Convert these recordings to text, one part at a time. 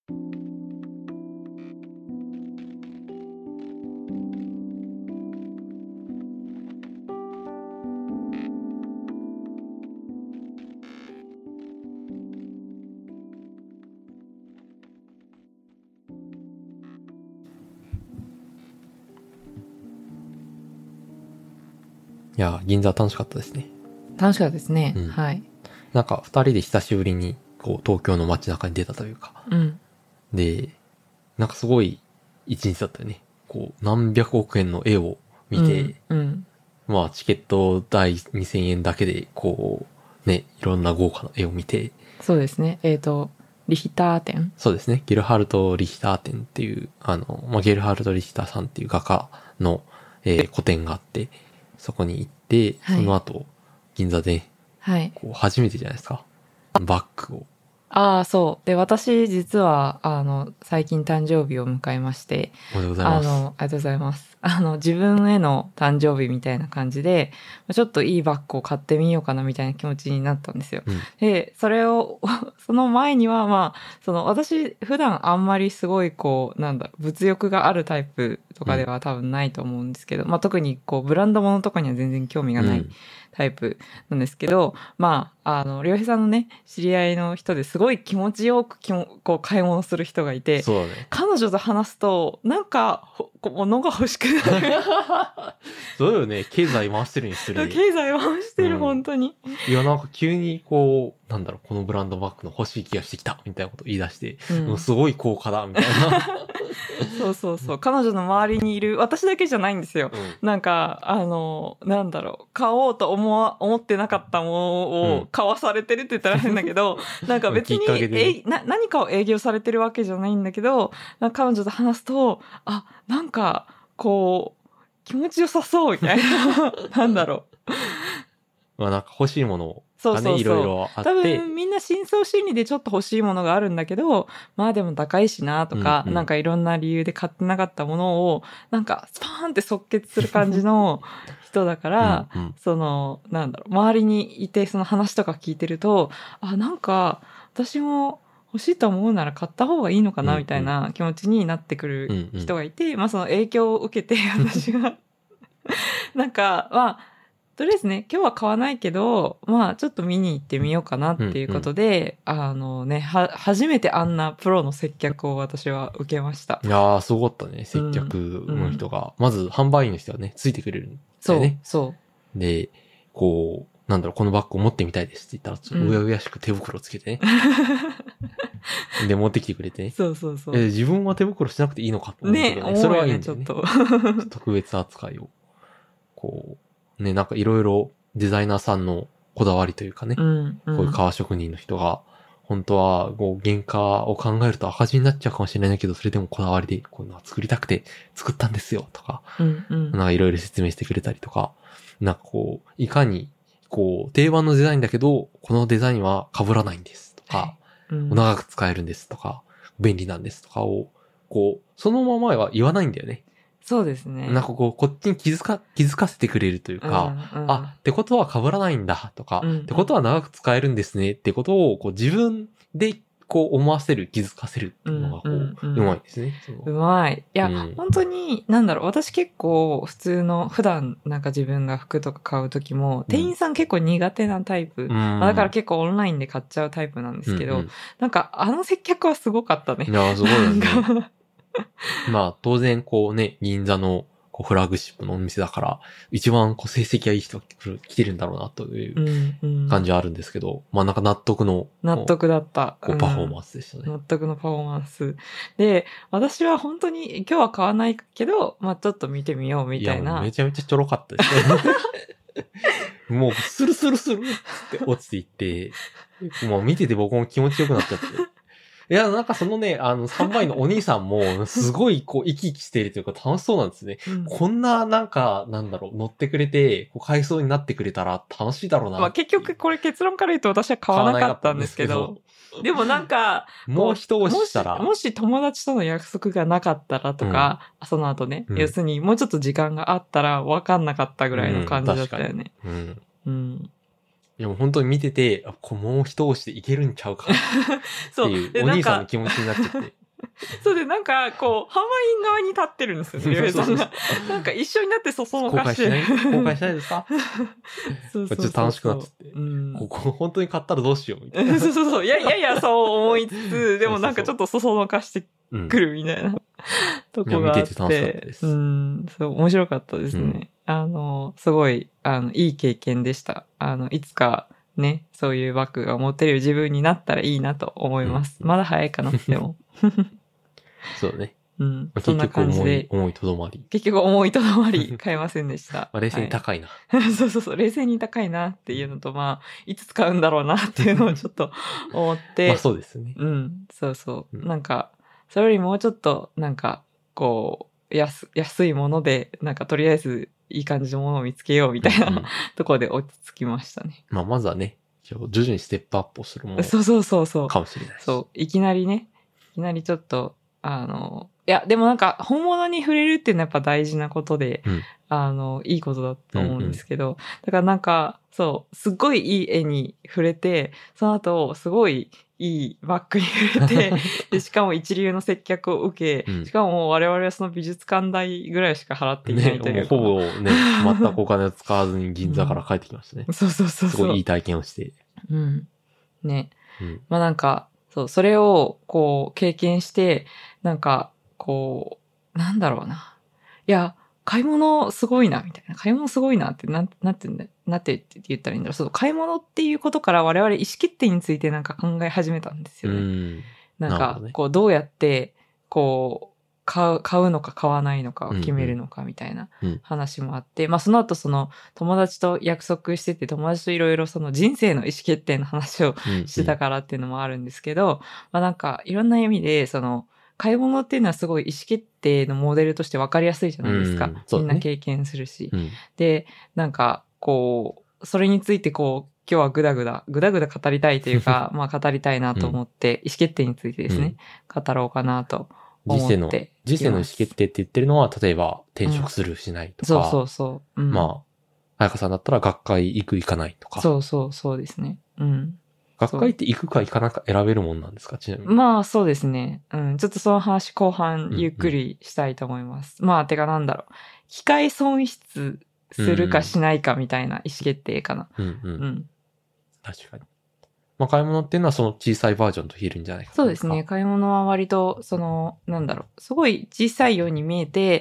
いや、銀座楽しかったですね。 楽しかったですね。 うんはい。 なんか二人で久しぶりにこう東京の街中に出たというか。 うん。 で、なんかすごい一日だったよね。こう何百億円の絵を見て、 うん。 まあチケット代2000円だけでこうね、いろんな豪華な絵を見て、 そうですね。リヒター展。 そうですね、ゲルハルト・リヒター展っていう、まあ、ゲルハルト・リヒターさんっていう画家の、個展があって、そこに行って、 はいその後、銀座で、 はい。 こう初めてじゃないですか。バッグを。 ああ、そう。で、私、実は、最近誕生日を迎えまして、 おめでとうございます。 ありがとうございます。自分への誕生日みたいな感じで、ちょっといいバッグを買ってみようかなみたいな気持ちになったんですよ。 うん。 で、それを、その前には、まあ、私、普段あんまりすごい、物欲があるタイプとかでは多分ないと思うんですけど、まあ、特に、ブランド物とかには全然興味がないタイプなんですけど、まあ、りょうへいさんのね、知り合いの人ですごい気持ちよく買い物する人がいて、 そうだね。 彼女と話すと、なんか、物が欲しくなる。 そうよね。経済回してるにする。 経済回してる、本当に。 いや、なんか急にこう、なんだろう、このブランドバッグの欲しい気がしてきた、みたいなことを言い出して、もうすごい高価だ、みたいな。 そうそうそう。彼女の周りにいる、私だけじゃないんですよ。なんか、なんだろう、買おうと思ってなかったものを買わされてるって言ったら変だけど、なんか別に、何かを営業されてるわけじゃないんだけど、なんか彼女と話すと、あ、なんか、こう、気持ちよさそう、みたいな。なんだろう。 まあなんか欲しいものを、 そうそうそう。 いろいろあって。 多分みんな深層心理でちょっと欲しいものがあるんだけど、まあでも高いしなとか、なんかいろんな理由で買ってなかったものを、なんかスパーンって即決する感じの人だから、なんだろう、周りにいてその話とか聞いてると、あ、なんか私も欲しいと思うなら買った方がいいのかなみたいな気持ちになってくる人がいて、まあその影響を受けて私が、なんか、まあ、とりあえずね、今日は買わないけど、まあ、ちょっと見に行ってみようかなっていうことで、初めてあんなプロの接客を私は受けました。 いやー、すごかったね、接客の人が。まず、販売員の人がね、ついてくれるんだよね。 そう。 で、こう、なんだろう、このバッグを持ってみたいですって言ったら、ちょっとうやうやしく手袋つけてね。で、持ってきてくれてね。 そう。 自分は手袋しなくていいのかと思うけどね。それはいいんだよね。 ちょっと。 特別扱いを。こう、ね、なんかいろいろデザイナーさんのこだわりというかね、こういう革職人の人が、本当は、こう、原価を考えると赤字になっちゃうかもしれないけど、それでもこだわりで、こういうのは作りたくて作ったんですよ、とか、なんかいろいろ説明してくれたりとか、なんかこう、いかに、こう、定番のデザインだけど、このデザインは被らないんです、とか、長く使えるんです、とか、便利なんです、とかを、こう、そのままは言わないんだよね。 そうですね。 なんかこう、こっちに気づかせてくれるというか、あ、ってことは被らないんだとか、ってことは長く使えるんですねってことを、こう自分でこう思わせる、気づかせるっていうのがこう、うまいですね。 うまい。いや、本当に、なんだろう、私結構普通の、普段なんか自分が服とか買うときも、店員さん結構苦手なタイプ。だから結構オンラインで買っちゃうタイプなんですけど、なんかあの接客はすごかったね。 いや、すごいよね。まあ、当然、こうね、銀座のこうフラッグシップのお店だから、一番こう成績がいい人が来てるんだろうなという感じはあるんですけど、まあなんか納得だった。 こうパフォーマンスでしたね。 納得のパフォーマンス。で、私は本当に今日は買わないけど、まあちょっと見てみようみたいな。 いや、めちゃめちゃちょろかったですね。もう、スルスルスルって落ちていって、もう見てて僕も気持ちよくなっちゃって。いや、なんかそのね、3倍のお兄さんも、すごい、こう、生き生きしているというか楽しそうなんですね。こんな、なんか、なんだろう、乗ってくれて、こう、買いそうになってくれたら楽しいだろうな。 まあ結局、これ結論から言うと私は買わなかったんですけど。でもなんか、 もう一押ししたら。 もし友達との約束がなかったらとか、その後ね、要するにもうちょっと時間があったら分かんなかったぐらいの感じだったよね。 いやもう本当に見てて、もう一押しでいけるんちゃうかっていうお兄さんの気持ちになっちゃって。 そうで、なんか、こう、ハワイン側に立ってるんですよね、りょうへいさんが。なんか一緒になってそそのかして。 公開しないですかそうちょっと楽しくなっちゃって。ここ本当に買ったらどうしようみたいな。 そう。いや、そう思いつつ、でもなんかちょっとそそのかしてくるみたいな、とこがあって。見てて楽しかったです。そう、面白かったですね。すごい、いい経験でした。いつか、ね、そういうバッグが持てる自分になったらいいなと思います。まだ早いかなっても。 そうね。 そんな感じで。 思いとどまり。 結局思いとどまり買えませんでした。 冷静に高いな。 そう、冷静に高いなっていうのと、いつ使うんだろうなっていうのをちょっと思って。 そうですね。 そう。なんか、それよりもうちょっと、なんか、こう、安いもので、なんかとりあえずいい感じのものを見つけようみたいなところで落ち着きましたね。 まずはね、徐々にステップアップをするもの。 そう。 かもしれない。 そう。いきなりちょっと、いや、でもなんか、本物に触れるっていうのはやっぱ大事なことで、いいことだと思うんですけど、だからなんか、そう、すっごいいい絵に触れて、その後、すごいいいバッグに触れて、で、しかも一流の接客を受け、しかも我々はその美術館代ぐらいしか払っていないというか。 ほぼね、全くお金を使わずに銀座から帰ってきましたね。 そう。 すごいいい体験をして。 ね。なんか、そう、それを、こう、経験して、なんか、こう、なんだろうな。いや、買い物すごいな、みたいな。買い物すごいなって、なんて言ったらいいんだろう。そう、買い物っていうことから我々意思決定についてなんか考え始めたんですよね。なんか、こう、どうやって、こう、買うのか買わないのかを決めるのかみたいな話もあって、その後友達と約束してて、友達といろいろその人生の意思決定の話をしてたからっていうのもあるんですけど、なんかいろんな意味で買い物っていうのはすごい意思決定のモデルとして分かりやすいじゃないですか。みんな経験するし。で、なんかこう、それについてこう、今日はぐだぐだ語りたいというか、語りたいなと思って、意思決定についてですね、語ろうかなと。 人生の意思決定って言ってるのは、例えば転職するしないとか。 そう。 彩香さんだったら学会行かないとか。 そうですね。 学会って行くか行かないか選べるもんなんですか、ちなみに。 そうですね。ちょっとその話後半ゆっくりしたいと思います。てかなんだろう。機会損失するかしないかみたいな意思決定かな。 確かに。買い物っていうのはその小さいバージョンと言えるんじゃないかな。 そうですね。買い物は割と、すごい小さいように見えて、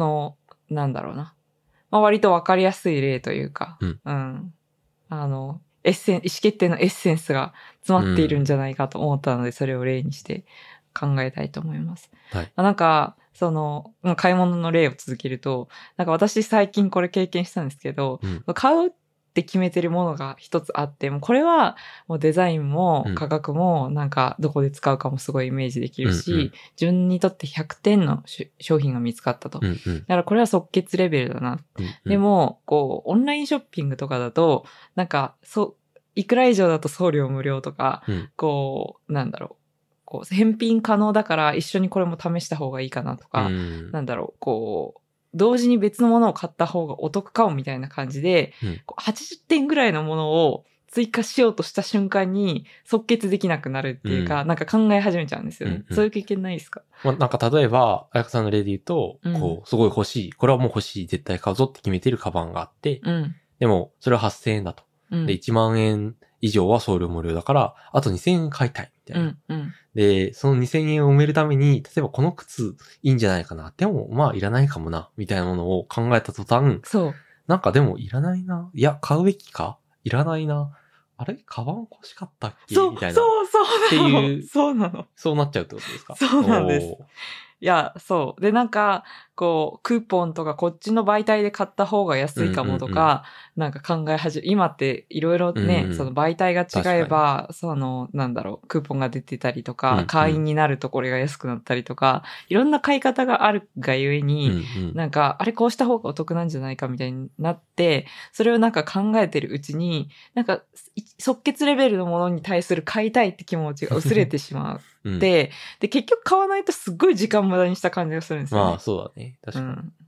割とわかりやすい例というか、意思決定のエッセンスが詰まっているんじゃないかと思ったので、それを例にして考えたいと思います。 はい。 買い物の例を続けると、私最近これ経験したんですけど、買うって決めてるものが一つあって、もうこれはもうデザインも価格もどこで使うかもすごいイメージできるし、自分にとって100点の商品が見つかったと。だからこれは即決レベルだな。でも、こう、オンラインショッピングとかだと、いくら以上だと送料無料とか、返品可能だから一緒にこれも試した方がいいかなとか、同時に別のものを買った方がお得かもみたいな感じで、80点ぐらいのものを追加しようとした瞬間に即決できなくなるっていうか、考え始めちゃうんですよね。そういう経験ないですか？ 例えば、彩香さんの例で言うと、すごい欲しい。これはもう欲しい。絶対買うぞって決めてるカバンがあって、でも、それは8000円だと。で、1万円以上は送料無料だから、あと2000円買いたい。みたいな。で、その2000円を埋めるために、例えばこの靴いいんじゃないかな。でも、いらないかもな。みたいなものを考えた途端、でもいらないな。いや、買うべきかいらないな。あれカバン欲しかったっけみたいな。っていう。 そうなの。 そうなっちゃうってことですか？ そうなんです。いや、そう。で、クーポンとかこっちの媒体で買った方が安いかもとか、考え今っていろいろね、その媒体が違えば、クーポンが出てたりとか、会員になるとこれが安くなったりとか、いろんな買い方があるがゆえに、あれこうした方がお得なんじゃないかみたいになって、それを考えてるうちに、即決レベルのものに対する買いたいって気持ちが薄れてしまう。で、結局買わないとすっごい時間無駄にした感じがするんですよね。 そうだね。確かに。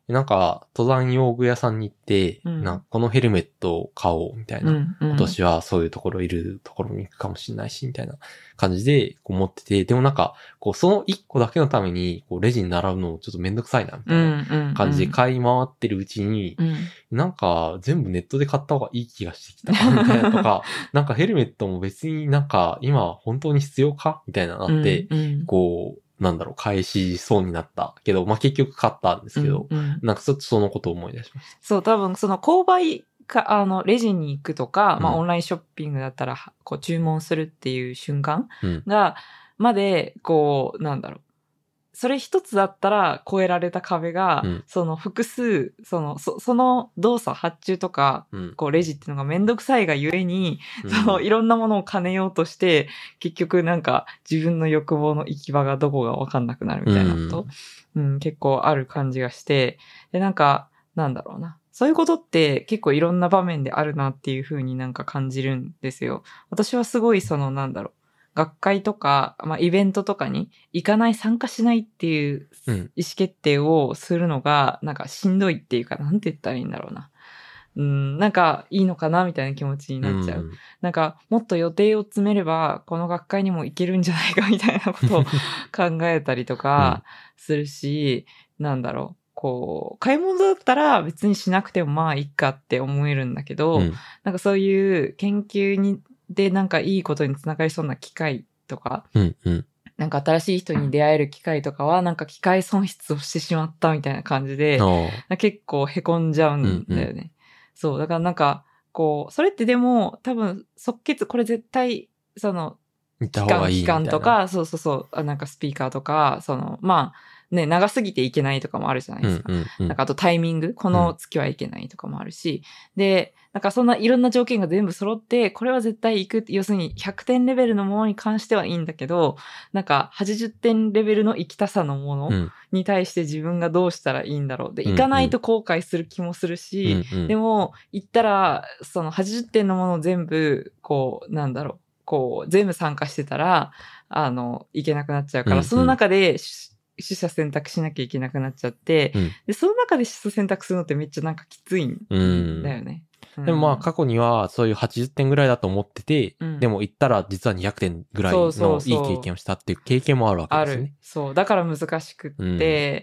なんか、登山用具屋さんに行って、 うんなんかこのヘルメットを買おう、みたいな。 うんうん今年はそういうところいるところに行くかもしれないし、みたいな感じで、こう持ってて、でもなんか、こう、その一個だけのために、こう、レジに並ぶのちょっとめんどくさいな、みたいな感じで買い回ってるうちに、なんか、全部ネットで買った方がいい気がしてきたな、みたいなとか、なんかヘルメットも別になんか、今本当に必要かみたいななって、こう、なんだろう、返しそうになったけど、まあ、結局買ったんですけど、なんかちょっとそのことを思い出しました。 そう、多分その購買か、レジに行くとか、まあ、オンラインショッピングだったら、こう、注文するっていう瞬間が、まで、こう、なんだろう。それ一つだったら超えられた壁が、その複数、その動作、発注とか、こうレジっていうのがめんどくさいがゆえに、いろんなものを兼ねようとして、結局なんか自分の欲望の行き場がどこがわかんなくなるみたいなこと、結構ある感じがして、で、なんか、なんだろうな。そういうことって結構いろんな場面であるなっていうふうになんか感じるんですよ。私はすごいなんだろう。学会とか、まあ、イベントとかに行かない、参加しないっていう意思決定をするのが、なんかしんどいっていうか、なんて言ったらいいんだろうな。なんかいいのかなみたいな気持ちになっちゃう。なんかもっと予定を詰めれば、この学会にも行けるんじゃないかみたいなことを考えたりとかするし、なんだろう。こう、買い物だったら別にしなくてもまあいいかって思えるんだけど、なんかそういう研究でなんかいいことにつながりそうな機会とか、なんか新しい人に出会える機会とかは、なんか機会損失をしてしまったみたいな感じで、結構凹んじゃうんだよね。そう、だからなんか、こう、それってでも多分即決、これ絶対、期間とか、なんかスピーカーとか、まあ、ね、長すぎていけないとかもあるじゃないですか。なんかあとタイミング、この月はいけないとかもあるし、で、なんかそんないろんな条件が全部揃って、これは絶対行くって、要するに100点レベルのものに関してはいいんだけど、なんか80点レベルの行きたさのものに対して自分がどうしたらいいんだろう。で、行かないと後悔する気もするし、でも、行ったら、その80点のものを全部、こう、なんだろう、こう、全部参加してたら、行けなくなっちゃうから、その中で、取捨選択しなきゃいけなくなっちゃって、で、その中で取捨選択するのってめっちゃなんかきついんだよね。 でもまあ過去にはそういう80点ぐらいだと思ってて、でも行ったら実は200点ぐらいのいい経験をしたっていう経験もあるわけですよね。 そう。だから難しくって、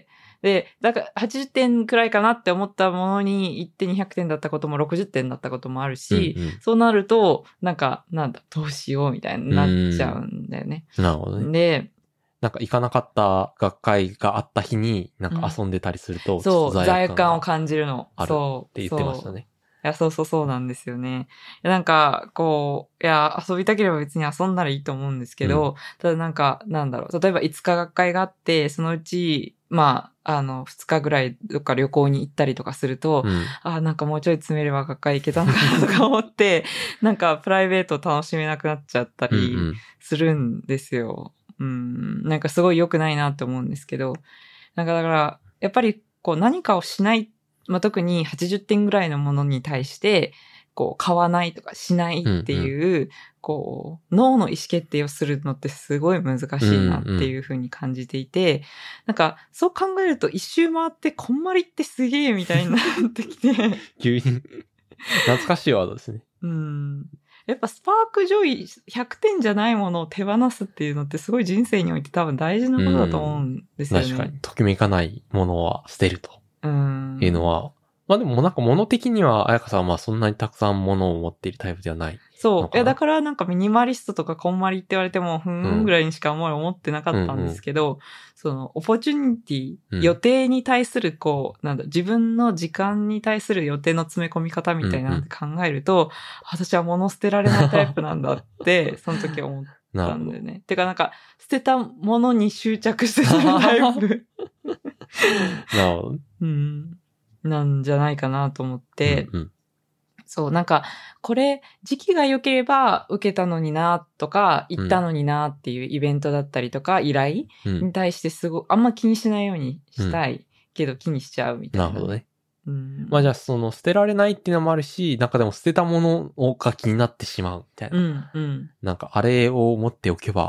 で、だから80点くらいかなって思ったものに行って200点だったことも60点だったこともあるし、そうなると、なんか、どうしようみたいになっちゃうんだよね。 なるほどね。 で、 なんか行かなかった学会があった日になんか遊んでたりすると、 そう、罪悪感を感じるの。 あるって言ってましたね。 いや、そうなんですよね。なんか、こう、いや、遊びたければ別に遊んだらいいと思うんですけど、ただなんか、なんだろう、例えば5日学会があって、そのうち、まあ、2日ぐらいどっか旅行に行ったりとかすると、なんかもうちょい詰めれば学会行けたのかなとか思って、なんかプライベートを楽しめなくなっちゃったりするんですよ。なんかすごい良くないなって思うんですけど、なんかだから、やっぱりこう何かをしない、まあ、特に80点ぐらいのものに対して、こう買わないとかしないっていう、こう脳の意思決定をするのってすごい難しいなっていうふうに感じていて、なんかそう考えると一周回ってこんまりってすげえみたいになってきて。 急に懐かしいワードですね。 やっぱスパークジョイ100点じゃないものを手放すっていうのってすごい人生において多分大事なことだと思うんですよね。 確かに。ときめかないものは捨てると。いうのは。まあでもなんか物的には、彩香さんはまあそんなにたくさん物を持っているタイプではない。 そう。いやだからなんかミニマリストとかこんまりって言われても、ぐらいにしか思ってなかったんですけど、オポチュニティ、予定に対する自分の時間に対する予定の詰め込み方みたいなのって考えると、私は物捨てられないタイプなんだって、その時思ったんだよね。てかなんか、捨てたものに執着してるタイプ。 なるほど。 なんじゃないかなと思って、そう、なんか、これ、時期が良ければ受けたのになとか、行ったのになっていうイベントだったりとか、依頼に対してあんま気にしないようにしたいけど気にしちゃうみたいな。 なるほどね。まあじゃあ捨てられないっていうのもあるし、なんかでも捨てたものが気になってしまうみたいな。なんかあれを持っておけば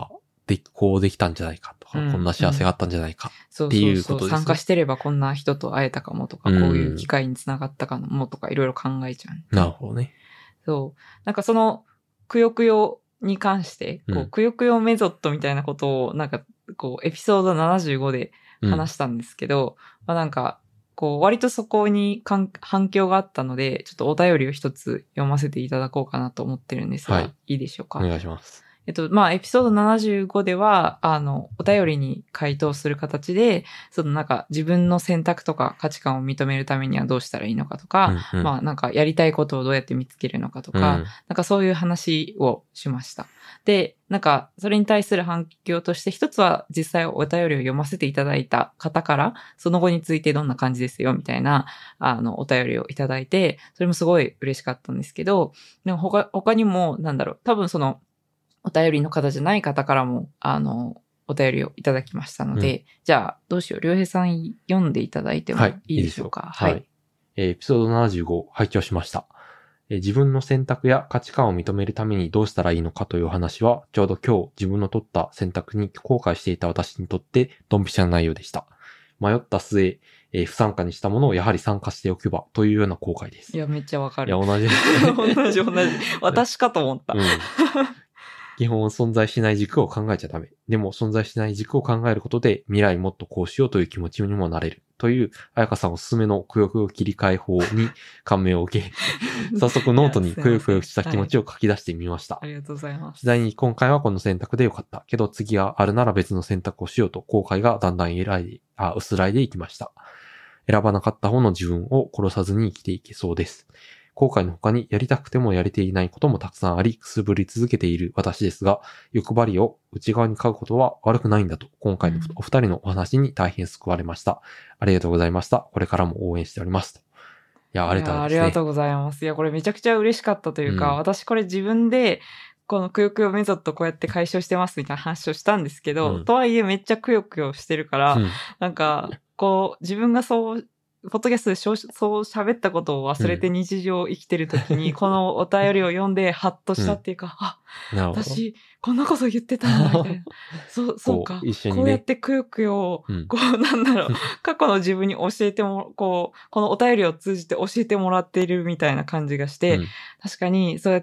こうできたんじゃないかとか、こんな幸せがあったんじゃないかっていうことですね。 参加してればこんな人と会えたかもとか、こういう機会につながったかもとか、いろいろ考えちゃう。 なるほどね。 そう。なんかその、くよくよに関して、くよくよメソッドみたいなことを、なんか、エピソード75で話したんですけど、なんか、割とそこに反響があったので、ちょっとお便りを一つ読ませていただこうかなと思ってるんですが、いいでしょうか。 お願いします。 エピソード75では、お便りに回答する形で、なんか自分の選択とか価値観を認めるためにはどうしたらいいのかとか、なんかやりたいことをどうやって見つけるのかとか、なんかそういう話をしました。で、なんかそれに対する反響として一つは実際お便りを読ませていただいた方から、その後についてどんな感じですよみたいな、お便りをいただいて、それもすごい嬉しかったんですけど、でも他にも、多分お便りの方じゃない方からも、お便りをいただきましたので、じゃあ、どうしよう。りょうへいさん読んでいただいてもいいでしょうか。 はい。エピソード75、拝聴しました。自分の選択や価値観を認めるためにどうしたらいいのかという話は、ちょうど今日自分の取った選択に後悔していた私にとってドンピシャな内容でした。迷った末、不参加にしたものをやはり参加しておけばというような後悔です。 いや、めっちゃわかる。 いや、同じ。 同じ。私かと思った。 基本存在しない軸を考えちゃダメ。でも存在しない軸を考えることで未来もっとこうしようという気持ちにもなれる。という、彩香さんおすすめのくよくよ切り替え法に感銘を受け、早速ノートにくよくよした気持ちを書き出してみました。 ありがとうございます。 次第に今回はこの選択でよかった。けど次があるなら別の選択をしようと後悔がだんだん薄らいでいきました。選ばなかった方の自分を殺さずに生きていけそうです。後悔の他にやりたくてもやれていないこともたくさんあり、くすぶり続けている私ですが、欲張りを内側に買うことは悪くないんだと、今回のお二人のお話に大変救われました。ありがとうございました。これからも応援しております。いや、ありがとうございます、ね。 ありがとうございます。いや、これめちゃくちゃ嬉しかったというか、私これ自分で、このくよくよメソッドこうやって解消してますみたいな話をしたんですけど、とはいえめっちゃくよくよしてるから、なんか、自分がポッドキャストでそう喋ったことを忘れて日常を生きてるときに、このお便りを読んでハッとしたっていうか、私、こんなこと言ってたんだ、みたいな。そうか。一緒にね、こうやってくよくよを、過去の自分に教えても、このお便りを通じて教えてもらっているみたいな感じがして、確かにそうやって、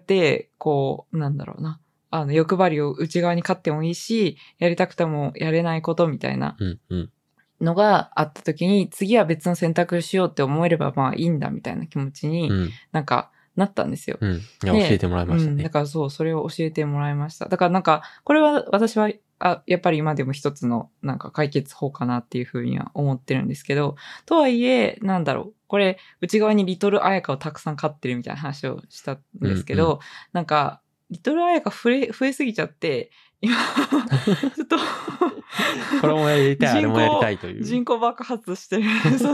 欲張りを内側に勝ってもいいし、やりたくてもやれないことみたいな。のがあった時に、次は別の選択をしようって思えればまあいいんだみたいな気持ちになったんですよ。 いや、教えてもらいましたね。 だからそれを教えてもらいました。だからこれは私は、やっぱり今でも一つの解決法かなっていうふうには思ってるんですけど、とはいえ、これ、内側にリトルアヤカをたくさん飼ってるみたいな話をしたんですけど、リトルアヤカ増えすぎちゃって、今、ちょっとこれもやりたい、あれもやりたいという。 人口爆発してる。そう。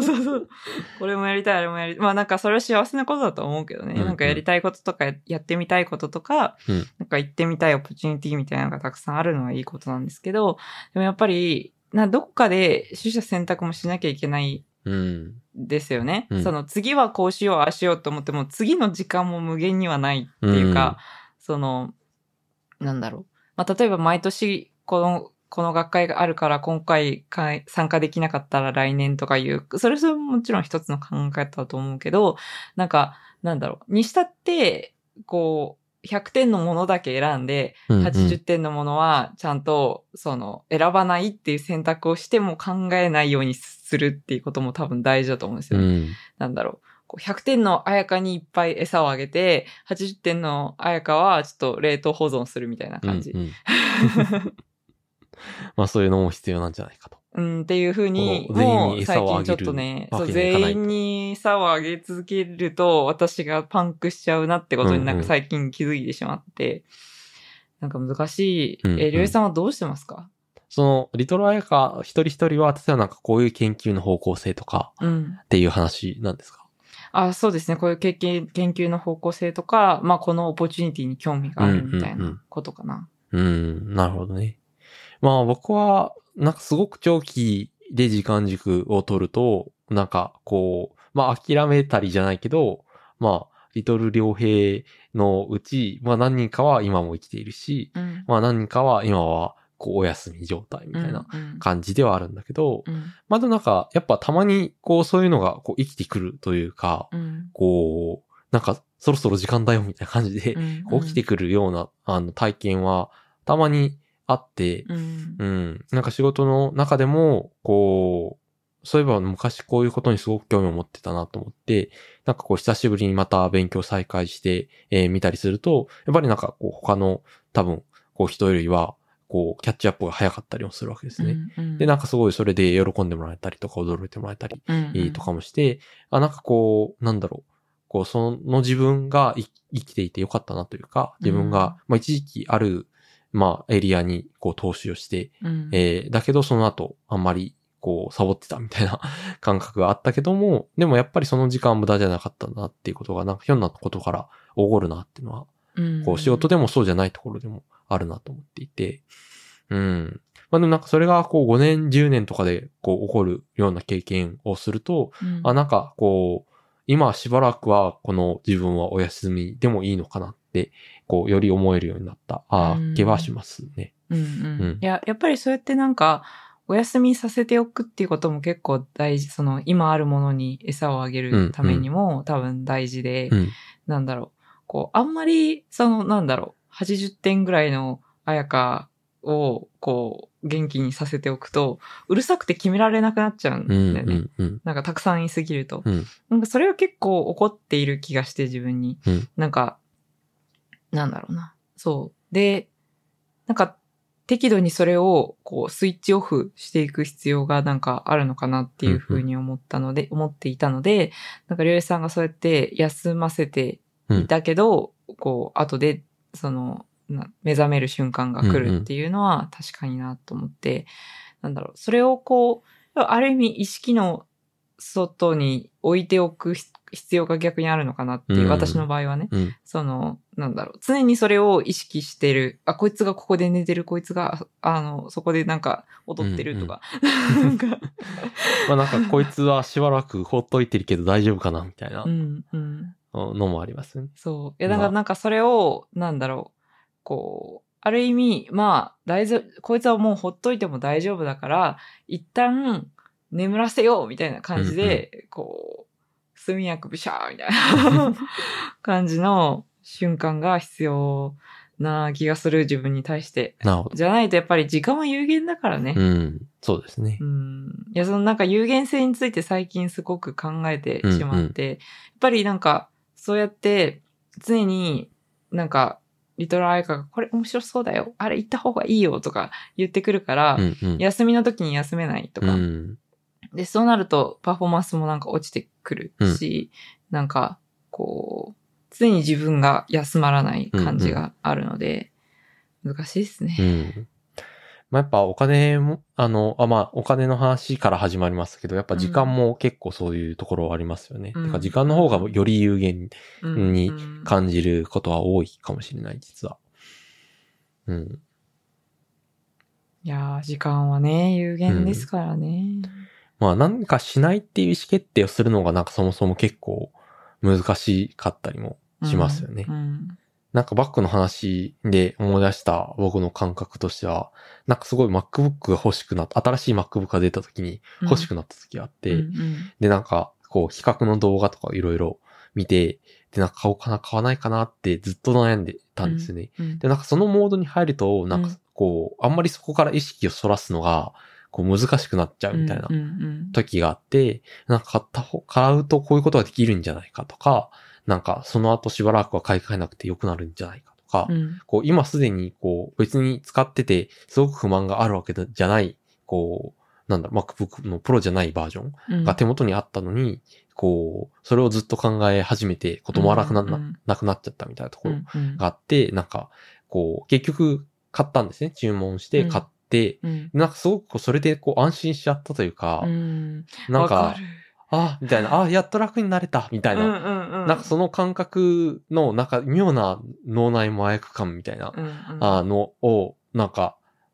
これもやりたい、あれもやりたい。まあそれは幸せなことだと思うけどね。やりたいこととか、やってみたいこととか、行ってみたいオポチュニティみたいなのがたくさんあるのはいいことなんですけど、でもやっぱり、どこかで取捨選択もしなきゃいけないですよね。次はこうしよう、ああしようと思っても、次の時間も無限にはないっていうか、例えば毎年この学会があるから今回参加できなかったら来年とかいう、それはもちろん一つの考え方だと思うけど、にしたって、100点のものだけ選んで、80点のものはちゃんと、選ばないっていう選択をしても考えないようにするっていうことも多分大事だと思うんですよね。100点の彩香にいっぱい餌をあげて、80点の彩香はちょっと冷凍保存するみたいな感じ。 まあそういうのも必要なんじゃないかと。 っていうふうに、もう最近ちょっとね、全員に餌をあげ続けると私がパンクしちゃうなってことに最近気づいてしまって、難しい。りょうえさんはどうしてますか？ リトルアヤカ一人一人は、例えばこういう研究の方向性とか、っていう話なんですか？ そうですね。こういう研究の方向性とか、まあこのオポチュニティに興味があるみたいなことかな。 なるほどね。まあ僕は、すごく長期で時間軸を取ると、まあ諦めたりじゃないけど、まあ、リトル良平のうち、まあ何人かは今も生きているし、まあ何人かは今はこうお休み状態みたいな感じではあるんだけど、まだなんかやっぱたまにこうそういうのがこう生きてくるというか、こうなんかそろそろ時間だよみたいな感じでこう起きてくるような体験はたまにあって、なんか仕事の中でもこうそういえば昔こういうことにすごく興味を持ってたなと思って、なんかこう久しぶりにまた勉強再開して、見たりすると、やっぱりなんかこう他の多分こう人よりはこうキャッチアップが早かったりもするわけですね。で、なんかすごいそれで喜んでもらえたりとか驚いてもらえたり、とかもして、なんかこう、なんだろう、こうその自分が生きていてよかったなというか、自分が、まあ一時期ある、まあエリアにこう投資をして、だけどその後あんまりこうサボってたみたいな感覚があったけども、でもやっぱりその時間は無駄じゃなかったんだなっていうことが、なんかひょんなことから起こるなっていうのは、こう仕事でもそうじゃないところでもあるなと思っていて、まあでもなんかそれがこう5年、10年とかでこう起こるような経験をすると、なんかこう、今しばらくはこの自分はお休みでもいいのかなって、こうより思えるようになった気はしますね。 いや、やっぱりそうやってなんか、お休みさせておくっていうことも結構大事、その今あるものに餌をあげるためにも多分大事で、なんだろう、こう、あんまり、なんだろう、80点ぐらいの彩香を、こう、元気にさせておくと、うるさくて決められなくなっちゃうんだよね。なんかたくさん言いすぎると。なんかそれは結構怒っている気がして自分に。なんか、なんだろうな。そう。で、なんか、適度にそれを、こう、スイッチオフしていく必要がなんかあるのかなっていうふうに思っていたので、なんか、りょうえさんがそうやって休ませていたけど、こう、後で、目覚める瞬間が来るっていうのは確かになと思って、なんだろう、それをこう、ある意味意識の外に置いておく必要が逆にあるのかなっていう、私の場合はね、なんだろう、常にそれを意識してる、こいつがここで寝てる、こいつが、そこでなんか踊ってるとか。 まあなんかこいつはしばらく放っといてるけど大丈夫かなみたいなのもありますね。 そう。いや、なんかそれを、なんだろう、こう、ある意味、まあ、こいつはもうほっといても大丈夫だから、一旦眠らせようみたいな感じで、こう、速やかブシャーみたいな感じの瞬間が必要な気がする、自分に対して。 なるほど。 じゃないとやっぱり時間は有限だからね。 そうですね。 いや、なんか有限性について最近すごく考えてしまって、やっぱりなんか、そうやって常になんか、リトルアイカがこれ面白そうだよ。あれ行った方がいいよとか言ってくるから、休みの時に休めないとか。で、そうなるとパフォーマンスもなんか落ちてくるし、なんか、こう、常に自分が休まらない感じがあるので、難しいですね。 まあ、やっぱお金も、まあ、お金の話から始まりますけど、やっぱ時間も結構そういうところありますよね。てか時間の方がより有限に感じることは多いかもしれない、実は。 いやー、時間はね、有限ですからね。 まあ、なんかしないっていう意思決定をするのがなんかそもそも結構難しかったりもしますよね。なんかバックの話で思い出した僕の感覚としては、なんかすごい MacBook が欲しくなった、新しい MacBook が出た時に欲しくなった時があって、でなんかこう比較の動画とかいろいろ見て、でなんか買おうかな、買わないかなってずっと悩んでたんですね。でなんかそのモードに入ると、なんかこう、あんまりそこから意識をそらすのが、こう難しくなっちゃうみたいな時があって、なんか買うとこういうことができるんじゃないかとか、なんかその後しばらくは買い替えなくて良くなるんじゃないかとか、こう今すでにこう別に使っててすごく不満があるわけじゃない、こう、なんだろ、MacBook の Pro じゃないバージョンが手元にあったのに、こう、それをずっと考え始めて、止まらなくなっちゃったみたいなところがあって、なんか、こう、結局買ったんですね。注文して買って、なんかすごくそれでこう安心しちゃったというか、なんか、みたいな、やっと楽になれた、みたいな。なんかその感覚の、なんか妙な脳内麻薬感みたいな、のを、なんか、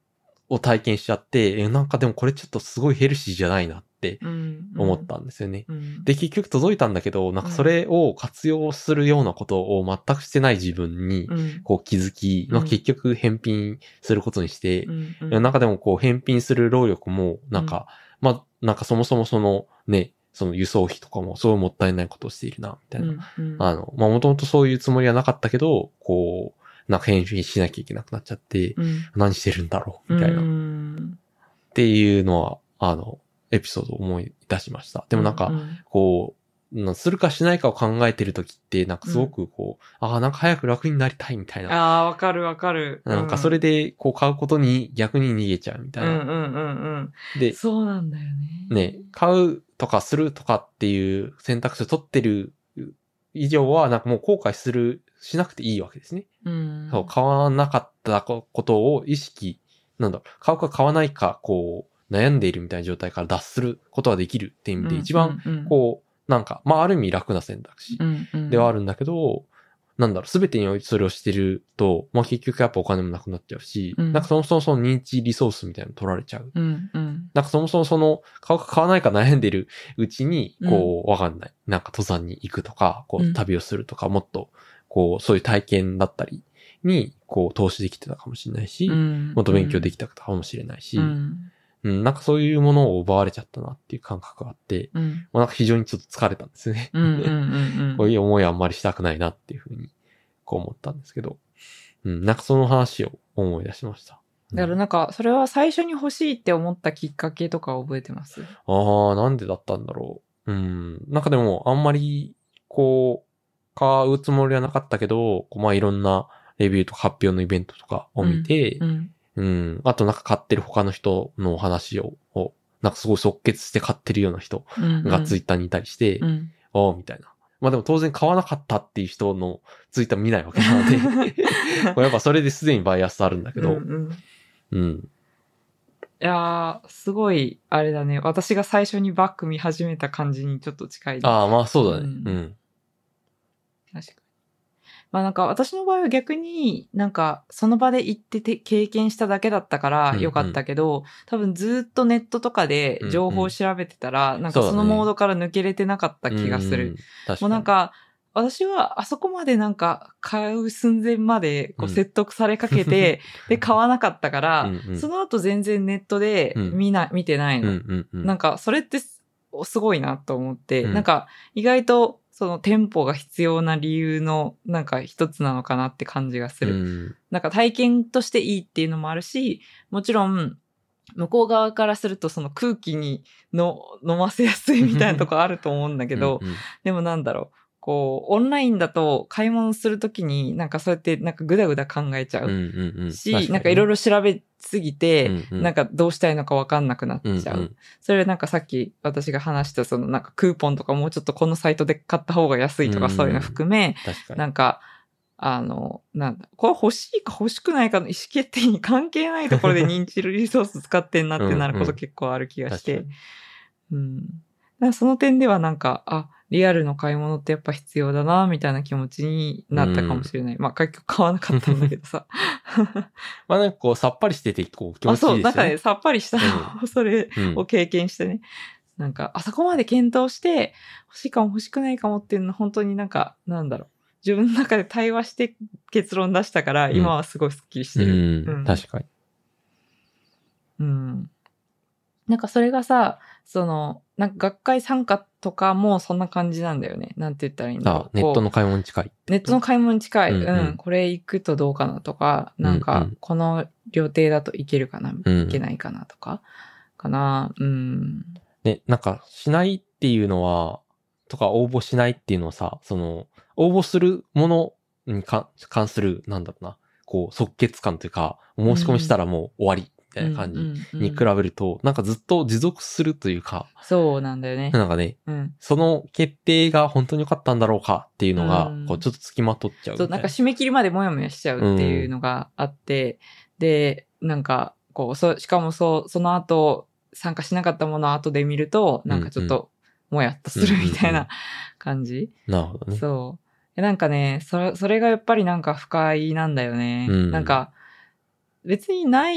を体験しちゃって、なんかでもこれちょっとすごいヘルシーじゃないなって思ったんですよね。で、結局届いたんだけど、なんかそれを活用するようなことを全くしてない自分に、こう気づき、結局返品することにして、なんかでもこう返品する労力も、なんか、なんかそもそもその輸送費とかもすごいもったいないことをしているな、みたいな。もともとそういうつもりはなかったけど、こう、なんか返品しなきゃいけなくなっちゃって、何してるんだろうみたいな。っていうのは、エピソードを思い出しました。でもなんか、こう、するかしないかを考えてるときって、なんかすごくこう、なんか早く楽になりたいみたいな。 わかるわかる。 なんかそれで、こう買うことに逆に逃げちゃうみたいな。 で、そうなんだよね。 買うとかするとかっていう選択肢を取ってる以上は、なんかもう後悔しなくていいわけですね。そう、買わなかったことを意識、買うか買わないか、こう、悩んでいるみたいな状態から脱することができるっていう意味で一番、こう、なんか、ある意味楽な選択肢ではあるんだけど、すべてにおいてそれをしてると、結局やっぱお金もなくなっちゃうし、なんかそもそもその認知リソースみたいなの取られちゃう。なんかそもそもその、買うか買わないか悩んでるうちに、こう、わかんない。なんか登山に行くとか、こう、旅をするとか、もっと、こう、そういう体験だったりに、こう、投資できてたかもしれないし、もっと勉強できたかもしれないし、なんかそういうものを奪われちゃったなっていう感覚があって、なんか非常にちょっと疲れたんですよね。こういう思いはあんまりしたくないなっていうふうに、こう思ったんですけど、なんかその話を思い出しました。 だからなんか、それは最初に欲しいって思ったきっかけとか覚えてます？ なんでだったんだろう。なんかでも、あんまり、こう、買うつもりはなかったけど、いろんなレビューとか発表のイベントとかを見て、あとなんか買ってる他の人の話を、なんかすごい即決して買ってるような人がツイッターにいたりして、みたいな。でも当然買わなかったっていう人のツイッター見ないわけなので、やっぱそれですでにバイアスあるんだけど、いやー、すごい、あれだね。私が最初にバッグ見始めた感じにちょっと近い、ね。 そうだね。 確かに。なんか私の場合は逆になんかその場で行ってて経験しただけだったからよかったけど、多分ずっとネットとかで情報を調べてたら、なんかそのモードから抜けれてなかった気がする。もうなんか、私はあそこまでなんか買う寸前までこう説得されかけて、で買わなかったから、その後全然ネットで見てないの。なんかそれってすごいなと思って、なんか意外とその店舗が必要な理由のなんか一つなのかなって感じがする。なんか体験としていいっていうのもあるし、もちろん向こう側からするとその空気に飲ませやすいみたいなとこあると思うんだけど、でもなんだろう。こう、オンラインだと買い物するときになんかそうやってなんかぐだぐだ考えちゃうし、なんかいろいろ調べすぎて、なんかどうしたいのかわかんなくなっちゃう。それなんかさっき私が話したそのなんかクーポンとかもうちょっとこのサイトで買った方が安いとかそういうの含め、なんか、なんだ、これ欲しいか欲しくないかの意思決定に関係ないところで認知リソース使ってんなってなること結構ある気がして。だからその点ではなんか、リアルの買い物ってやっぱ必要だな、みたいな気持ちになったかもしれない。結局買わなかったんだけどさ。 なんかこう、さっぱりしてて、こう、気持ちいいですよね。 なんかね、さっぱりしたの、それを経験してね。なんか、あそこまで検討して、欲しいかも欲しくないかもっていうの本当になんか、なんだろう。自分の中で対話して結論出したから、今はすごいスッキリしてる。 確かに。 なんかそれがさ、なんか学会参加とかもそんな感じなんだよね。なんて言ったらいいんだろう。 ネットの買い物に近い。 ネットの買い物に近い。これ行くとどうかなとか、なんか、この料亭だと行けるかな、行けないかなとか、かな。 ね、なんか、しないっていうのは、とか応募しないっていうのはさ、応募するものに関する、なんだろうな、こう、即決感というか、申し込みしたらもう終わり。みたいな感じに比べると、なんかずっと持続するというか。 そうなんだよね。 なんかね、その決定が本当に良かったんだろうかっていうのが、こうちょっと付きまとっちゃう。 そう、なんか締め切りまでもやもやしちゃうっていうのがあって、で、なんか、こう、しかもその後、参加しなかったものを後で見ると、なんかちょっと、もやっとするみたいな感じ。 なるほどね。 そう。なんかね、それがやっぱりなんか不快なんだよね。なんか、別にない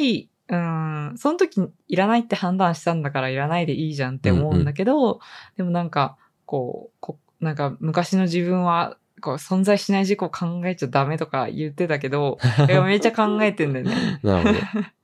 その時いらないって判断したんだからいらないでいいじゃんって思うんだけど、でもなんか、なんか昔の自分は、存在しない事故を考えちゃダメとか言ってたけど、めっちゃ考えてんだよね。 なるほど。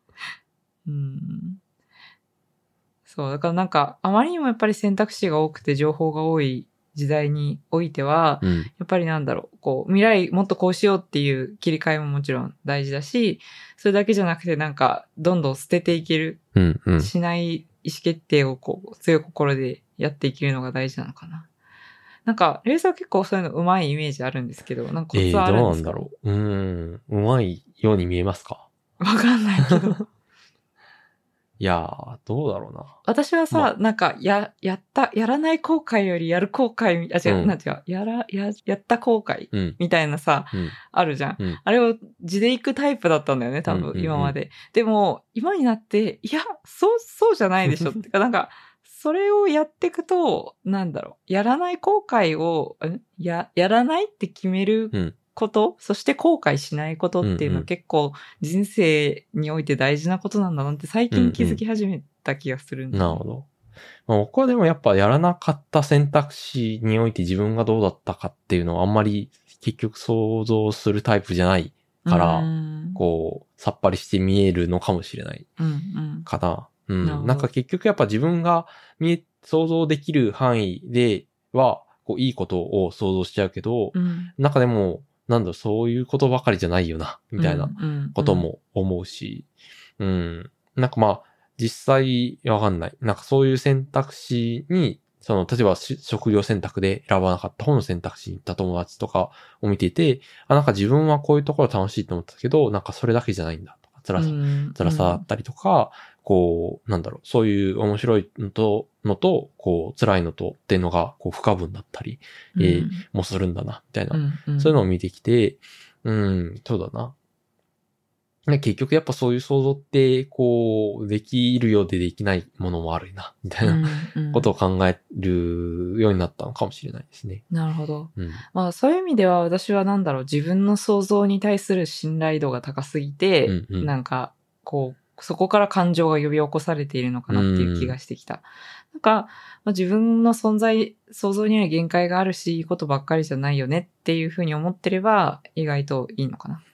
そう、だからなんか、あまりにもやっぱり選択肢が多くて情報が多い時代においては、やっぱりなんだろう、未来もっとこうしようっていう切り替えももちろん大事だし、それだけじゃなくてなんか、どんどん捨てていける、しない意思決定を強い心でやっていけるのが大事なのかな。なんか、レイさんは結構そういうの上手いイメージあるんですけど、なんかコツあるんですか？ どうなんだろう。上手いように見えますか？ わかんないけど。 いやー、どうだろうな。 私はさ、なんか、やらない後悔よりやる後悔、やった後悔みたいなさ、あるじゃん。あれを地で行くタイプだったんだよね、多分、今まで。でも、今になって、いや、そうじゃないでしょってか、なんか、それをやっていくと、なんだろう、やらない後悔を、やらないって決めること、そして後悔しないことっていうのは結構人生において大事なことなんだなって最近気づき始めた気がするんだ、ね。 なるほど。僕はでもやっぱやらなかった選択肢において自分がどうだったかっていうのはあんまり結局想像するタイプじゃないから、さっぱりして見えるのかもしれないかな。なんか結局やっぱ自分が想像できる範囲では、いいことを想像しちゃうけど、なんかでも、そういうことばかりじゃないよな、みたいなことも思うし、なんか実際わかんない。なんかそういう選択肢に、例えば職業選択で選ばなかった方の選択肢に行った友達とかを見ていて、なんか自分はこういうところ楽しいと思ったけど、なんかそれだけじゃないんだとか、辛さだったりとか、そういう面白いのと、辛いのとっていうのが、不可分だったり、もするんだな、みたいな、そういうのを見てきて、そうだな。結局やっぱそういう想像って、できるようでできないものもあるな、みたいなことを考えるようになったのかもしれないですね。 なるほど。そういう意味では私は自分の想像に対する信頼度が高すぎて、なんか、そこから感情が呼び起こされているのかなっていう気がしてきた。なんか、自分の想像には限界があるし、いいことばっかりじゃないよねっていうふうに思ってれば、意外といいのかな。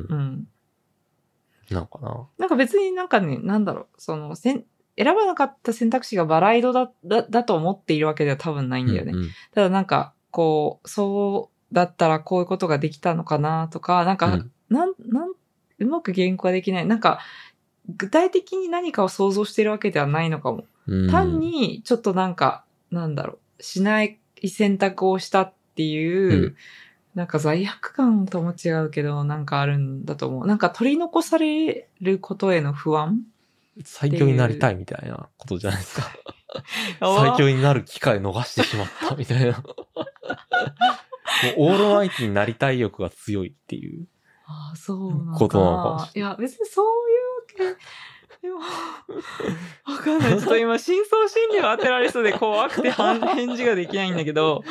なんかな。 なんか別になんかね、選ばなかった選択肢がバラ色だと思っているわけでは多分ないんだよね。ただなんか、そうだったらこういうことができたのかなとか、なんか、うまく言語化できない。なんか、具体的に何かを想像しているわけではないのかも。単に、ちょっとなんか、しない選択をしたっていう、なんか罪悪感とも違うけど、なんかあるんだと思う。なんか取り残されることへの不安？ 最強になりたいみたいなことじゃないですか。最強になる機会逃してしまったみたいな。もうオールマイティになりたい欲が強いっていう。 そうなのか。 ことなのかもしれない。 いや、別にそういうわけ、でも、わかんない。ちょっと今、深層心理を当てられそうで怖くて返事ができないんだけど、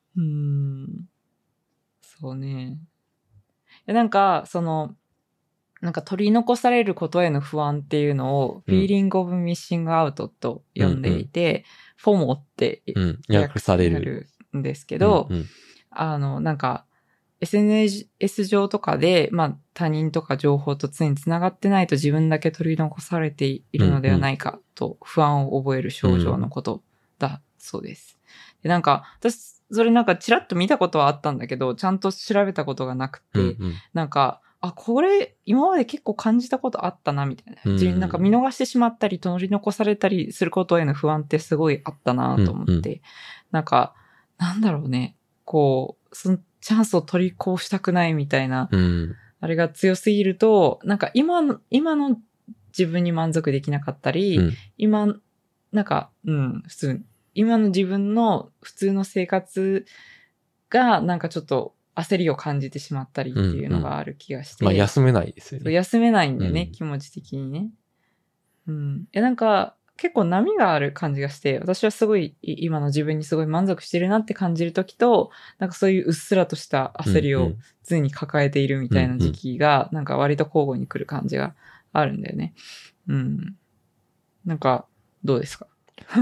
そうね。なんか、なんか取り残されることへの不安っていうのを、Feeling of Missing Out と呼んでいて、FOMO って訳されるんですけど、なんか、SNS 上とかで、他人とか情報と常に繋がってないと自分だけ取り残されているのではないかと不安を覚える症状のことだそうです。でなんか、私、それなんかチラッと見たことはあったんだけど、ちゃんと調べたことがなくて、なんか、これ、今まで結構感じたことあったな、みたいな。なんか見逃してしまったり、取り残されたりすることへの不安ってすごいあったなと思って、なんか、なんだろうね、そのチャンスを取りこうしたくないみたいな、あれが強すぎると、なんか今の自分に満足できなかったり、なんか、普通、今の自分の普通の生活がなんかちょっと焦りを感じてしまったりっていうのがある気がして。 休めないですよね。 休めないんだよね、気持ち的にね。なんか結構波がある感じがして、私はすごい今の自分にすごい満足してるなって感じるときと、なんかそういううっすらとした焦りを常に抱えているみたいな時期が、なんか割と交互に来る感じがあるんだよね。 うん。なんか、どうですか？ うん。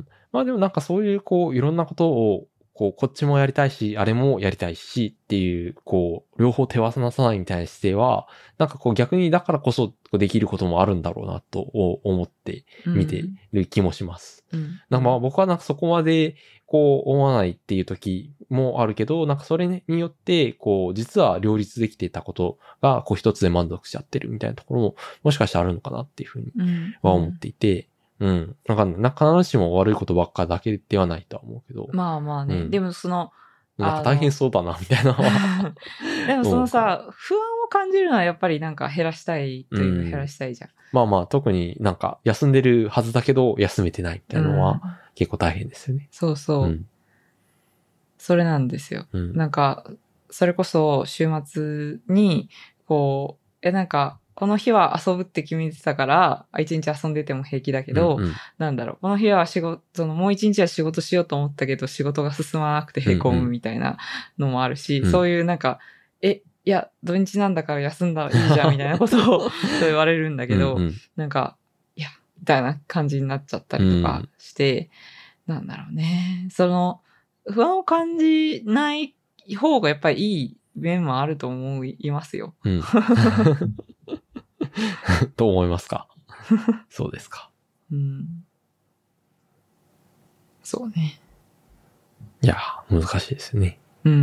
まあでもなんかそういうこういろんなことをこっちもやりたいし、あれもやりたいしっていう、両方手放さないみたいな姿勢は、なんか逆にだからこそできることもあるんだろうなと思って見てる気もします。なんかまあ僕はなんかそこまで思わないっていう時もあるけど、なんかそれによって実は両立できていたことが一つで満足しちゃってるみたいなところももしかしたらあるのかなっていうふうには思っていて、なんか必ずしも悪いことばっかだけではないとは思うけど。 まあまあね。でもなんか大変そうだな、みたいなのは。 でも不安を感じるのはやっぱりなんか減らしたいというか減らしたいじゃん。 まあまあ、特になんか休んでるはずだけど休めてないみたいなのは結構大変ですよね。 そうそう。それなんですよ。なんか、それこそ週末に、なんか、この日は遊ぶって決めてたから、一日遊んでても平気だけど、なんだろう、この日はもう一日は仕事しようと思ったけど、仕事が進まなくて凹むみたいなのもあるし、そういうなんか、いや、土日なんだから休んだらいいじゃんみたいなことを言われるんだけど、なんか、いや、みたいな感じになっちゃったりとかして、なんだろうね。不安を感じない方がやっぱりいい面もあると思いますよ。 と思いますか？そうですか。 そうね。 いや、難しいですね。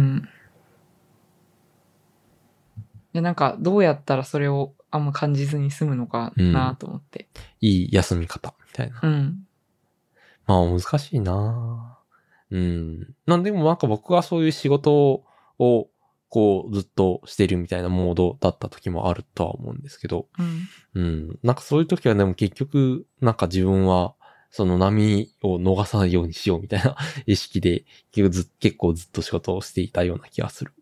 で、なんか、どうやったらそれをあんま感じずに済むのかなと思って。 いい休み方みたいな。まあ難しいな。なんでもなんか僕はそういう仕事をずっとしてるみたいなモードだった時もあるとは思うんですけど、なんかそういう時はでも結局なんか自分はその波を逃さないようにしようみたいな意識で結構ずっと仕事をしていたような気がする。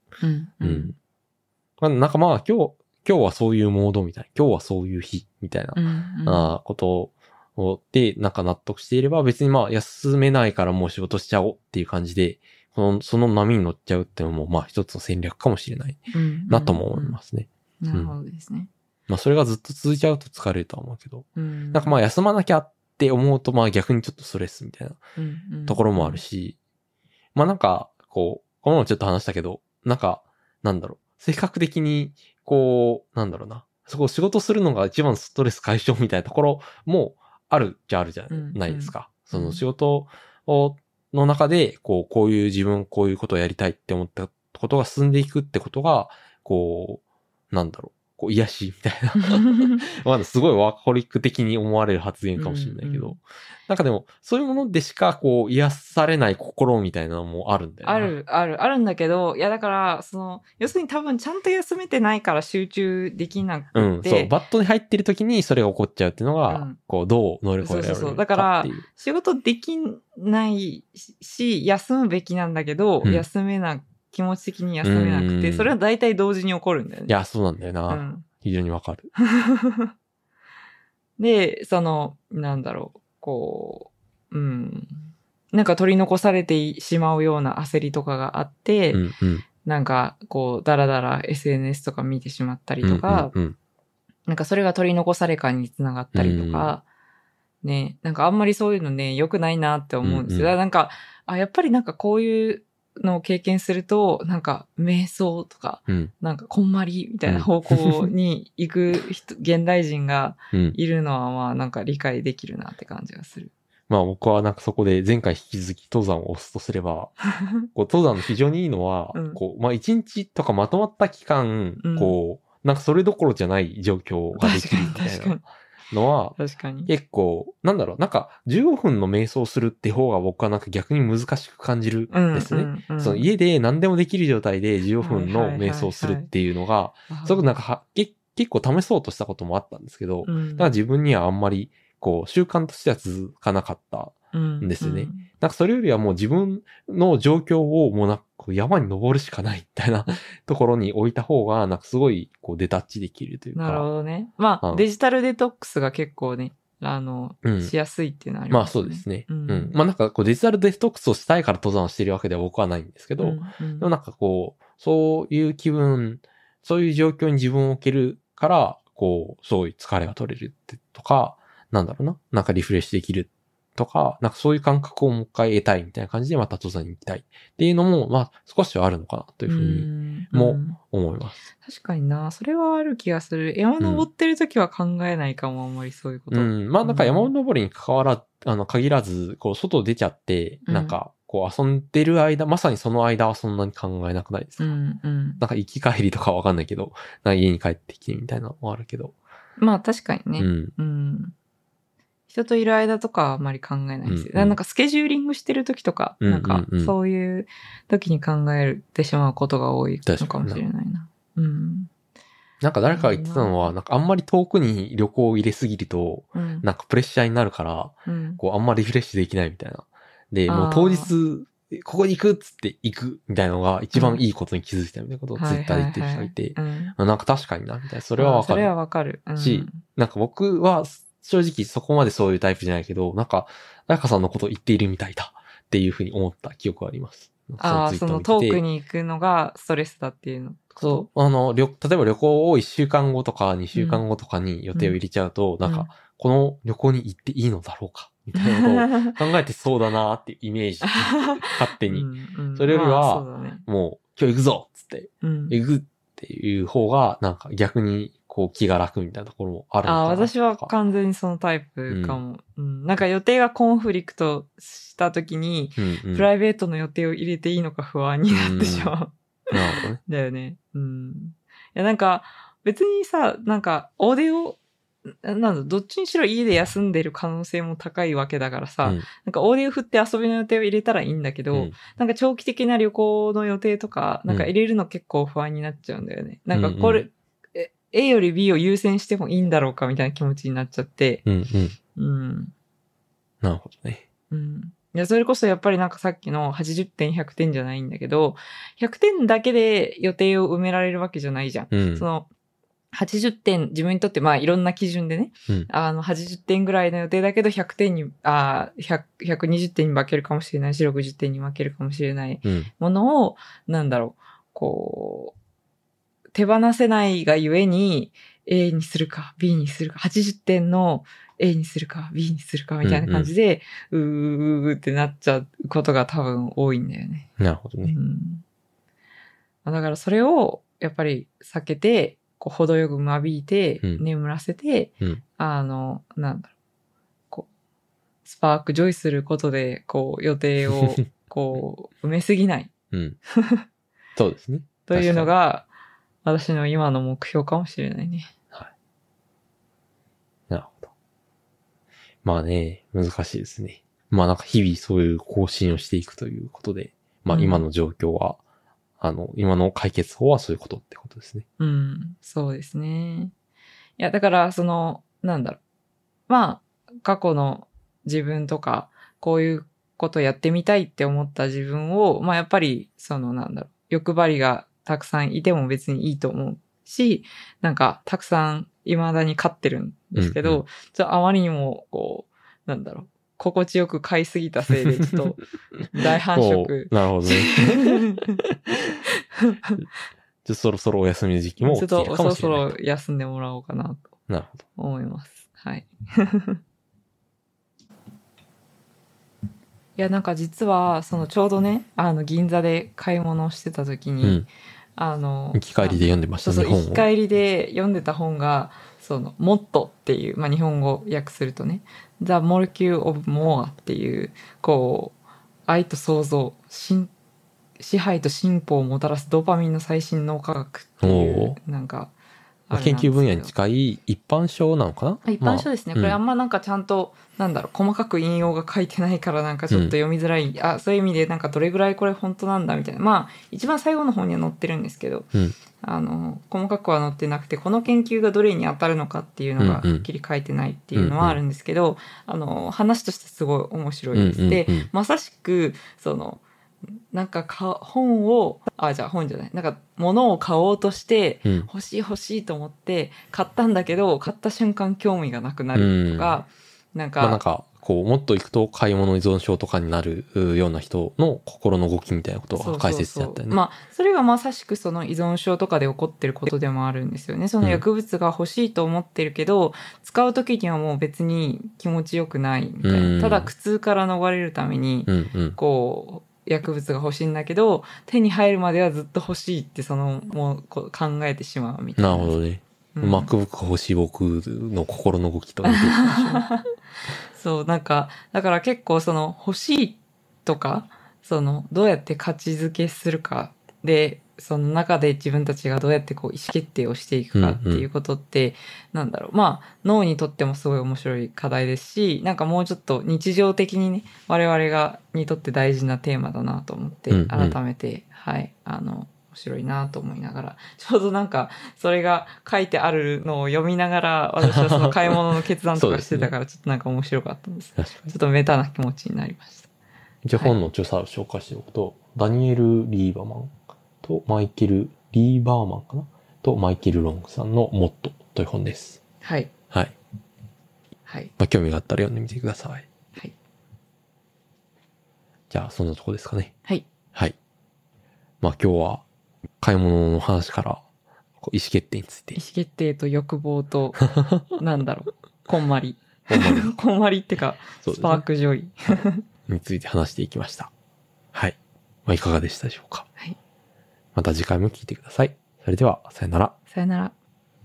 なんかまあ今日はそういうモードみたいな、今日はそういう日みたいなことでなんか納得していれば別にまあ休めないからもう仕事しちゃおうっていう感じで、その波に乗っちゃうっていうのもまあ一つの戦略かもしれないなとも思いますね。 なるほどですね。 まあそれがずっと続いちゃうと疲れるとは思うけど、なんかまあ休まなきゃって思うとまあ逆にちょっとストレスみたいなところもあるし、まあなんかこの前もちょっと話したけど、なんかなんだろう、性格的になんだろうな、そこ仕事するのが一番ストレス解消みたいなところもあるじゃないですか。その仕事の中で、こういう自分、こういうことをやりたいって思ったことが進んでいくってことが、なんだろう、癒しみたいな。まだすごいワーホリック的に思われる発言かもしれないけど、なんかでも、そういうものでしか、癒されない心みたいなのもあるんだよね。 あるんだけど、いやだから、要するに多分ちゃんと休めてないから集中できなくて。 そう、バットに入ってる時にそれが起こっちゃうっていうのが、どう乗り越えられるかっていう。そう。 だから、仕事できないし、休むべきなんだけど、気持ち的に休めなくて、それは大体同時に起こるんだよね。 いや、そうなんだよな。非常にわかる。 で、なんだろう、なんか取り残されてしまうような焦りとかがあって、なんかだらだら SNS とか見てしまったりとか、なんかそれが取り残され感につながったりとか、ね、なんかあんまりそういうのね、良くないなって思うんですよ。なんか、やっぱりなんかこういうのを経験すると、なんか瞑想とか、なんかこんまりみたいな方向に行く現代人がいるのはまあなんか理解できるなって感じがする。 まあ僕はなんかそこで前回引き続き登山を押すとすれば、登山の非常にいいのは、まあ一日とかまとまった期間、なんかそれどころじゃない状況ができるみたいなのは、結構、なんだろう、なんか15分の瞑想するって方が僕はなんか逆に難しく感じるんですね。その家で何でもできる状態で15分の瞑想するっていうのが、すごくなんか結構試そうとしたこともあったんですけど、だから自分にはあんまり習慣としては続かなかったんですよね。なんかそれよりはもう自分の状況をもうなんか山に登るしかないみたいなところに置いた方が、なんかすごいデタッチできるというか。 なるほどね。まあ、デジタルデトックスが結構ね、しやすいっていうのはありますね。 まあそうですね。まあなんかデジタルデトックスをしたいから登山をしているわけでは僕はないんですけど、でもなんかそういう気分、そういう状況に自分を置けるから、 こう、そういう疲れが取れるってとか、なんだろうな、なんかリフレッシュできるとか、なんかそういう感覚をもう一回得たいみたいな感じでまた登山に行きたいっていうのも、まあ少しはあるのかなというふうにも思います。 確かにな。それはある気がする。山登ってる時は考えないかも、あんまりそういうこと。 まあなんか山登りに限らず、こう外出ちゃって、なんかこう遊んでる間、まさにその間はそんなに考えなくないですか？なんか行き帰りとかわかんないけど、なんか家に帰ってきてみたいなのもあるけど。 まあ確かにね。人といる間とかはあんまり考えないですよ。なんかスケジューリングしてる時とか、なんかそういう時に考えてしまうことが多いのかもしれないな。 なんか誰かが言ってたのは、なんかあんまり遠くに旅行を入れすぎると、なんかプレッシャーになるから、こうあんまりリフレッシュできないみたいな。で、もう当日、ここに行くっつって行くみたいなのが一番いいことに気づいたみたいなことをツイッターで言ってる人がいて、なんか確かにな、みたいな。それはわかる。 それはわかる。 し、なんか僕は正直そこまでそういうタイプじゃないけど、なんか、彩香さんのことを言っているみたいだっていうふうに思った記憶があります。 その遠くに行くのがストレスだっていうの。 そう。例えば旅行を1週間後とか2週間後とかに予定を入れちゃうと、なんか、この旅行に行っていいのだろうかみたいなことを考えてそうだなっていうイメージ。勝手に。それよりは、もう、今日行くぞっつって、行くっていう方が、なんか逆に、こう気が楽みたいなところもあるのかな。 私は完全にそのタイプかも。なんか予定がコンフリクトした時に、プライベートの予定を入れていいのか不安になってしまう。 なるほどね。 だよね。いやなんか、別にさ、なんか、大手を、どっちにしろ家で休んでる可能性も高いわけだからさ、なんか大手を振って遊びの予定を入れたらいいんだけど、なんか長期的な旅行の予定とか、なんか入れるの結構不安になっちゃうんだよね。なんかこれ、A より B を優先してもいいんだろうかみたいな気持ちになっちゃって。 なるほどね。 いや、それこそやっぱりなんかさっきの80点、100点じゃないんだけど、100点だけで予定を埋められるわけじゃないじゃん。その、80点、自分にとってまあいろんな基準でね、80点ぐらいの予定だけど100点に、120点に負けるかもしれないし、60点に負けるかもしれないものを、こう、手放せないがゆえに A にするか B にするか、80点の A にするか B にするかみたいな感じで、ってなっちゃうことが多分多いんだよね。 なるほどね。 だからそれをやっぱり避けて、こう程よく間引いて、眠らせて、スパークジョイすることで、こう予定をこう埋めすぎない。 そうですね。 というのが、私の今の目標かもしれないね。 はい。なるほど。まあね、難しいですね。まあなんか日々そういう更新をしていくということで、まあ今の状況は、今の解決法はそういうことってことですね。 そうですね。いや、だから、まあ、過去の自分とか、こういうことやってみたいって思った自分を、まあやっぱり、欲張りがたくさんいても別にいいと思うし、なんか、たくさん未だに飼ってるんですけど、あまりにも、こう、心地よく飼いすぎたせいで、ちょっと、大繁殖。 なるほどね。そろそろお休みの時期も来てるかもしれない。 そろそろ休んでもらおうかなと。 なるほど。 思います。はい。いや、なんか実は、ちょうどね、銀座で買い物をしてた時に、 行き帰りで読んでましたね、 本を。行き帰りで読んでた本が、モットっていう、まあ、日本語訳するとね、The Molecule of More っていう、こう、愛と創造、支配と進歩をもたらすドーパミンの最新脳科学っていう、 研究分野に近い一般書なのかな？ 一般書ですね。これあんまちゃんと、細かく引用が書いてないからちょっと読みづらい。そういう意味でどれぐらいこれ本当なんだみたいな。まあ、一番最後の方には載ってるんですけど、細かくは載ってなくて、この研究がどれに当たるのかっていうのがはっきり書いてないっていうのはあるんですけど、話としてすごい面白いです。で、まさしく、本を、本じゃない。物を買おうとして、欲しいと思って、買ったんだけど、買った瞬間興味がなくなるとか、 こう、もっと行くと買い物依存症とかになるような人の心の動きみたいなことが解説であったよね。 まあ、それがまさしくその依存症とかで起こってることでもあるんですよね。その薬物が欲しいと思ってるけど、使う時にはもう別に気持ちよくないみたいな。ただ苦痛から逃れるために、こう、薬物が欲しいんだけど、手に入るまではずっと欲しいってもう考えてしまうみたいな。 なるほどね。MacBook が欲しい僕の心の動きと似てるかもしれない。 そう、なんか、だから結構欲しいとか、どうやって価値づけするかで、その中で自分たちがどうやってこう意思決定をしていくかっていうことって、なんだろう、まあ、脳にとってもすごい面白い課題ですし、なんかもうちょっと日常的にね、我々にとって大事なテーマだなと思って、改めて、はい、面白いなと思いながら、ちょうどなんか、それが書いてあるのを読みながら、私はその買い物の決断とかしてたから、ちょっとなんか面白かったんです。ちょっとメタな気持ちになりました。 じゃあ本の著者を紹介しておくと、ダニエル・リーバマンとマイケル・リーバーマンかなとマイケル・ロングさんのモットという本です。 はい。 はい。 はい。 まあ、興味があったら読んでみてください。 はい。 じゃあ、そんなとこですかね。 はい。 はい。まあ、今日は、買い物の話から、意思決定について。 意思決定と欲望と、なんだろう、こんまり。こんまりってか、スパークジョイ。 について話していきました。はい。まあ、いかがでしたでしょうか。 はい。 また次回も聞いてください。それでは、さよなら。 さよなら。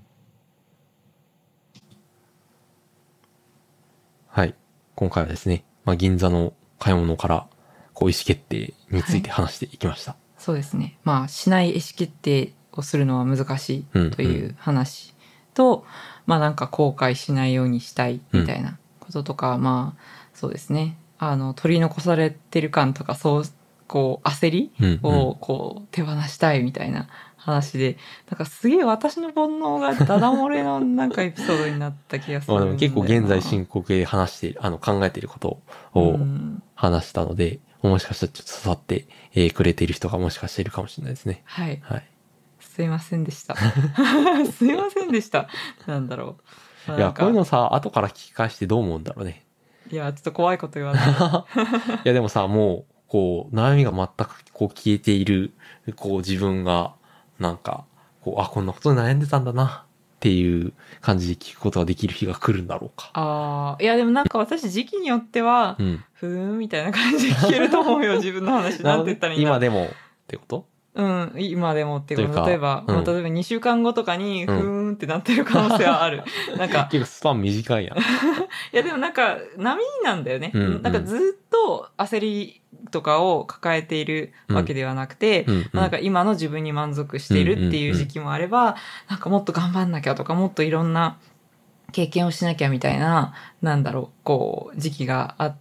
はい。今回はですね、まあ、銀座の買い物から、意思決定について話していきました。 そうですね。まあ、しない意思決定をするのは難しいという話と、まあなんか後悔しないようにしたいみたいなこととか、まあ、そうですね。取り残されてる感とか、焦りを手放したいみたいな話で、なんかすげえ私の煩悩がダダ漏れのなんかエピソードになった気がするんだよな。 結構現在進行形で話している、考えていることを話したので、もしかしたらちょっと刺さってくれている人がもしかしているかもしれないですね。 はい。 はい。 すいませんでした。すいませんでした。なんだろう。いや、こういうのさ、後から聞き返してどう思うんだろうね。 いや、ちょっと怖いこと言わない。 いや、でもさ、もう、悩みが全く消えている、自分が、なんか、こんなことで悩んでたんだな、っていう感じで聞くことができる日が来るんだろうか。 ああ、いや、でもなんか私時期によっては、ふーんみたいな感じで聞けると思うよ、自分の話。なんて言ったらいいんだろう。 今でもってこと？ うん、今でもっていうか、例えば2週間後とかに、ふーんってなってる可能性はある。なんか。 結構スパン短いやん。いや、でもなんか、波なんだよね。なんかずっと焦りとかを抱えているわけではなくて、なんか今の自分に満足しているっていう時期もあれば、なんかもっと頑張んなきゃとか、もっといろんな経験をしなきゃみたいな、なんだろう、時期があって、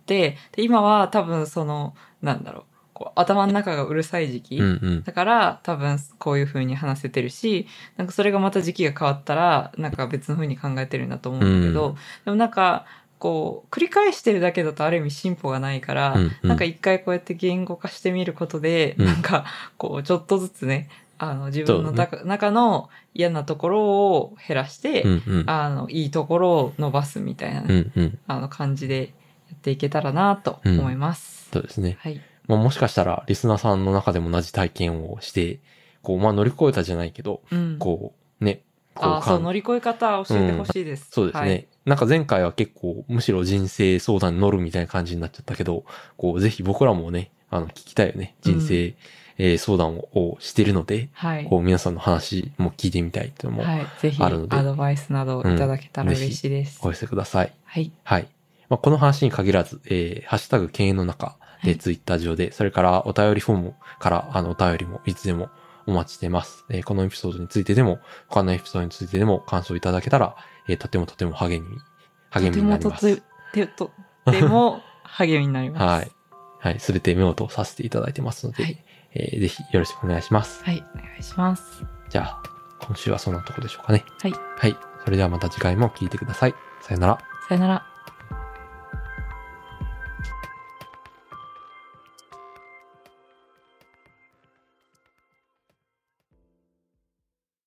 で、今は多分なんだろう、頭の中がうるさい時期、だから多分こういう風に話せてるし、なんかそれがまた時期が変わったらなんか別の風に考えてるんだと思うんだけど、でもなんか繰り返してるだけだとある意味進歩がないから、なんか一回こうやって言語化してみることで、なんかちょっとずつね、自分の中の嫌なところを減らして、いいところを伸ばすみたいな、ね感じでやっていけたらなと思います。 そうですね。 はい。 まあ、もしかしたらリスナーさんの中でも同じ体験をして、乗り越えたじゃないけど、 乗り越え方教えてほしいです。 そうですね。なんか前回は結構むしろ人生相談に乗るみたいな感じになっちゃったけど、ぜひ僕らもね、聞きたいよね。人生、相談をしてるので、皆さんの話も聞いてみたいっていうのもあるので、ぜひアドバイスなどいただけたら嬉しいです。 お寄せください。 はい。 はい。まあ、この話に限らず、ハッシュタグ経営の中でツイッター上で、それからお便りフォームからお便りもいつでもお待ちしてます。このエピソードについてでも、他のエピソードについてでも感想いただけたら、とても励みになります。 とても励みになります。 はい。はい。すべて目を通させていただいてますので、ぜひよろしくお願いします。 はい。お願いします。 じゃあ、今週はそんなとこでしょうかね。 はい。 はい。それではまた次回も聞いてください。さよなら。 さよなら。